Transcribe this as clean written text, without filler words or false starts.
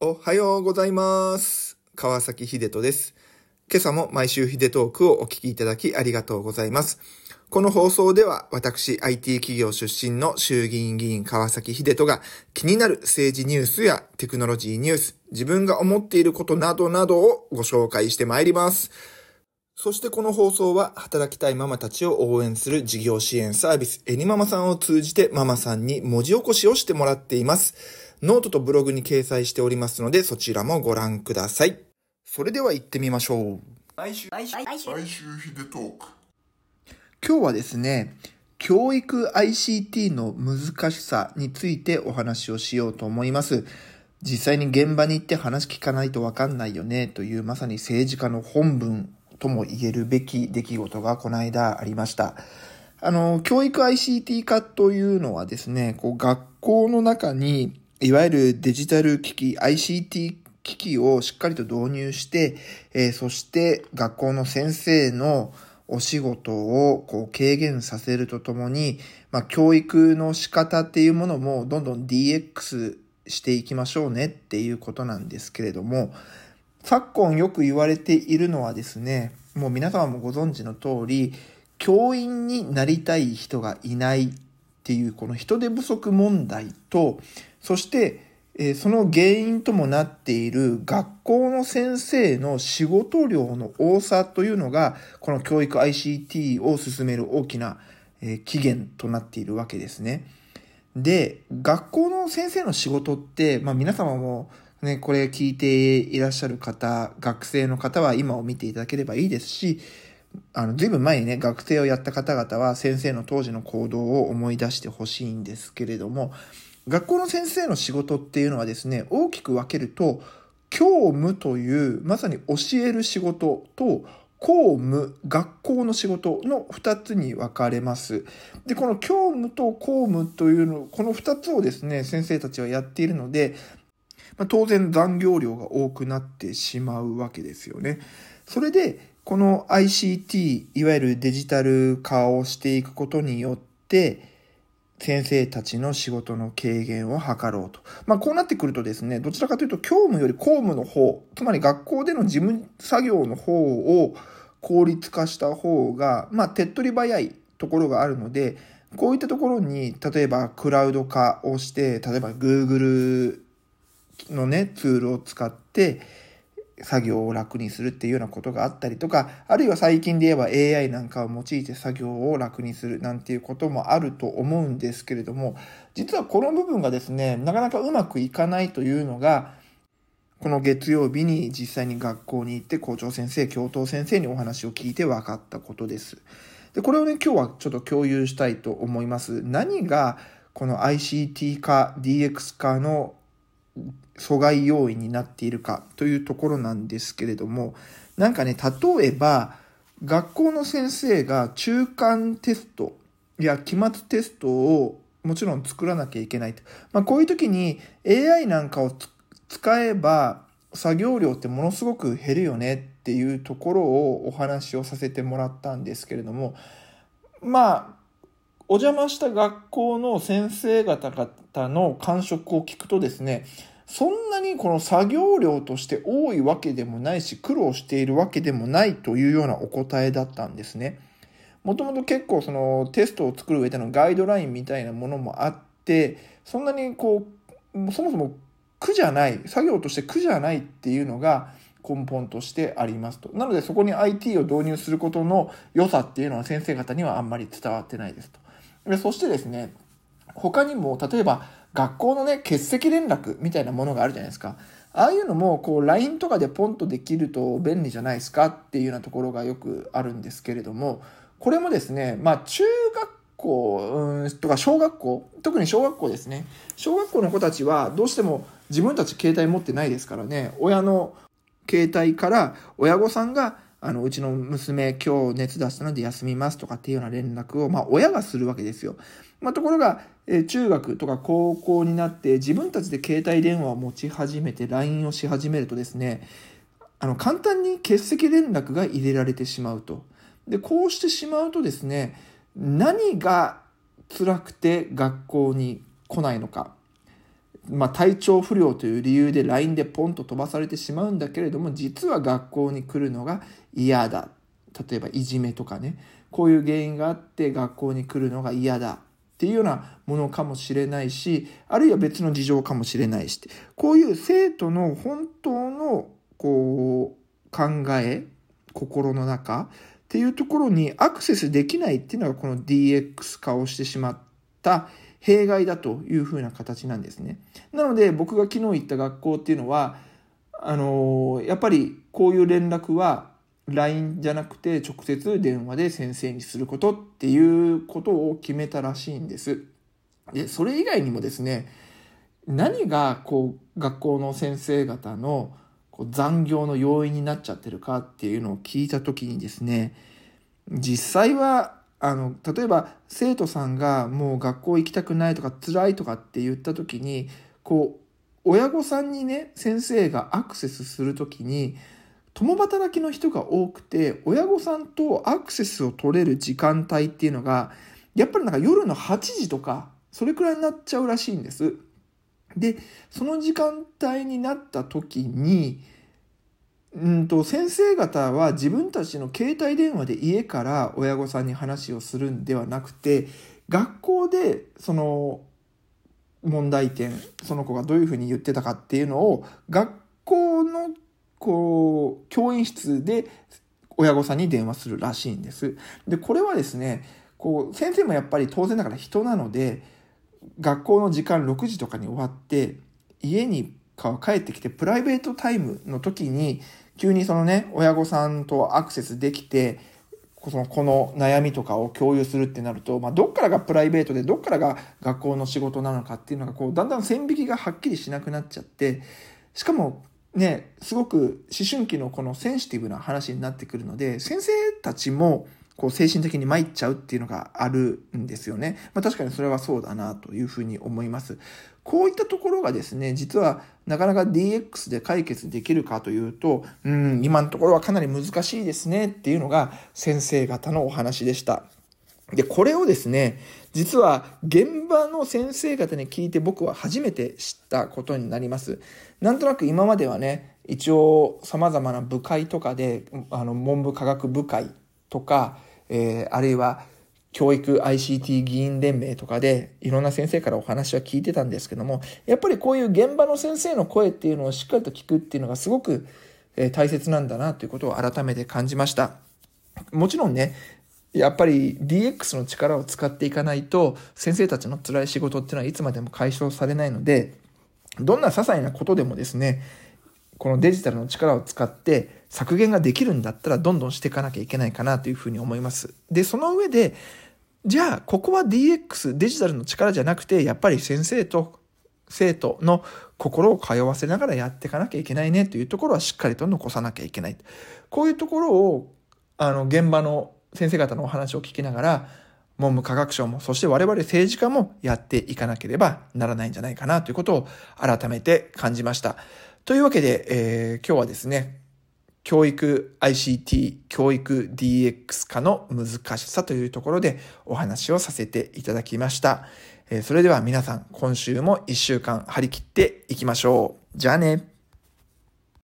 おはようございます。川崎秀人です。今朝も毎週秀トークをお聞きいただきありがとうございます。この放送では私 IT 企業出身の衆議院議員川崎秀人が気になる政治ニュースやテクノロジーニュース、自分が思っていることなどなどをご紹介してまいります。そしてこの放送は働きたいママたちを応援する事業支援サービスエニママさんを通じてママさんに文字起こしをしてもらっています。ノートとブログに掲載しておりますのでそちらもご覧ください。それでは行ってみましょう。 毎週ヒデトーク。 今日はですね、教育 ICT の難しさについてお話をしようと思います。実際に現場に行って話聞かないとわかんないよねというまさに政治家の本分とも言えるべき出来事がこの間ありました。教育 ICT 化というのはですね、学校の中にいわゆるデジタル機器 ICT 機器をしっかりと導入して、そして学校の先生のお仕事を軽減させるとともに、教育の仕方っていうものもどんどん DX していきましょうねっていうことなんですけれども、昨今よく言われているのはですね、もう皆様もご存知の通り、教員になりたい人がいないっていうこの人手不足問題と、そしてその原因ともなっている学校の先生の仕事量の多さというのが、この教育 ICT を進める大きな起源となっているわけですね。で、学校の先生の仕事って、皆様もね、これ聞いていらっしゃる方、学生の方は今を見ていただければいいですし、ずいぶん前にね、学生をやった方々は先生の当時の行動を思い出してほしいんですけれども、学校の先生の仕事っていうのはですね、大きく分けると、教務というまさに教える仕事と、公務、学校の仕事の2つに分かれます。で、この教務と公務というの、この2つをですね、先生たちはやっているので、当然残業量が多くなってしまうわけですよね。それで、この ICT、いわゆるデジタル化をしていくことによって、先生たちの仕事の軽減を図ろうと。こうなってくるとですね、どちらかというと教務より公務の方、つまり学校での事務作業の方を効率化した方が、手っ取り早いところがあるので、こういったところに、例えばクラウド化をして、例えば Google のね、ツールを使って、作業を楽にするっていうようなことがあったりとか、あるいは最近で言えば AI なんかを用いて作業を楽にするなんていうこともあると思うんですけれども、実はこの部分がですね、なかなかうまくいかないというのが、この月曜日に実際に学校に行って校長先生、教頭先生にお話を聞いて分かったことです。で、これをね、今日はちょっと共有したいと思います。何がこの ICT 化、DX 化の阻害要因になっているかというところなんですけれども、例えば学校の先生が中間テストや期末テストをもちろん作らなきゃいけないと。こういう時に AI なんかを使えば作業量ってものすごく減るよねっていうところをお話をさせてもらったんですけれども、お邪魔した学校の先生方々の感触を聞くとですね、そんなにこの作業量として多いわけでもないし、苦労しているわけでもないというようなお答えだったんですね。もともと結構そのテストを作る上でのガイドラインみたいなものもあって、そんなにそもそも苦じゃない、作業として苦じゃないっていうのが根本としてありますと。なのでそこに IT を導入することの良さっていうのは先生方にはあんまり伝わってないですと。で、そしてですね、他にも例えば学校のね、欠席連絡みたいなものがあるじゃないですか。ああいうのもLINE とかでポンとできると便利じゃないですかっていうようなところがよくあるんですけれども、これもですね、中学校とか小学校、特に小学校ですね。小学校の子たちはどうしても自分たち携帯持ってないですからね、親の携帯から親御さんがうちの娘今日熱出したので休みますとかっていうような連絡を親がするわけですよ。ところが中学とか高校になって自分たちで携帯電話を持ち始めて LINE をし始めるとですね、簡単に欠席連絡が入れられてしまうと。で、こうしてしまうとですね、何が辛くて学校に来ないのか。 体調不良という理由で LINE でポンと飛ばされてしまうんだけれども、実は学校に来るのが嫌だ。例えばいじめとかね、こういう原因があって学校に来るのが嫌だっていうようなものかもしれないし、あるいは別の事情かもしれないし、こういう生徒の本当の考え、心の中っていうところにアクセスできないっていうのがこの DX 化をしてしまった弊害だというふうな形なんですね。なので僕が昨日行った学校っていうのはやっぱりこういう連絡は LINE じゃなくて直接電話で先生にすることっていうことを決めたらしいんです。で、それ以外にもですね、何が学校の先生方の残業の要因になっちゃってるかっていうのを聞いたときにですね、実際は例えば生徒さんがもう学校行きたくないとか辛いとかって言ったときに、親御さんにね、先生がアクセスするときに共働きの人が多くて、親御さんとアクセスを取れる時間帯っていうのがやっぱり夜の8時とかそれくらいになっちゃうらしいんです。で、その時間帯になった時に先生方は自分たちの携帯電話で家から親御さんに話をするんではなくて、学校でその問題点、その子がどういうふうに言ってたかっていうのを学校の教員室で親御さんに電話するらしいんです。で、これはですね、先生もやっぱり当然ながら人なので、学校の時間6時とかに終わって家に帰ってきてプライベートタイムの時に急に親御さんとアクセスできてこの悩みとかを共有するってなると、どっからがプライベートでどっからが学校の仕事なのかっていうのがだんだん線引きがはっきりしなくなっちゃって、しかもね、すごく思春期のこのセンシティブな話になってくるので、先生たちも精神的に参っちゃうっていうのがあるんですよね。確かにそれはそうだなというふうに思います。こういったところがですね、実はなかなか DX で解決できるかというと、今のところはかなり難しいですねっていうのが先生方のお話でした。で、これをですね、実は現場の先生方に聞いて僕は初めて知ったことになります。なんとなく今まではね、一応様々な部会とかで文部科学部会とか、あるいは教育 ICT 議員連盟とかでいろんな先生からお話は聞いてたんですけども、やっぱりこういう現場の先生の声っていうのをしっかりと聞くっていうのがすごく大切なんだなということを改めて感じました。もちろんね、やっぱり DX の力を使っていかないと先生たちの辛い仕事っていうのはいつまでも解消されないので、どんな些細なことでもですね、このデジタルの力を使って削減ができるんだったらどんどんしていかなきゃいけないかなというふうに思います。で、その上でじゃあここは DX デジタルの力じゃなくて、やっぱり先生と生徒の心を通わせながらやっていかなきゃいけないねというところはしっかりと残さなきゃいけない。こういうところを現場の先生方のお話を聞きながら文部科学省もそして我々政治家もやっていかなければならないんじゃないかなということを改めて感じました。というわけで、今日はですね、教育 ICT 教育 DX 化の難しさというところでお話をさせていただきました。それでは皆さん今週も1週間張り切っていきましょう。じゃあね。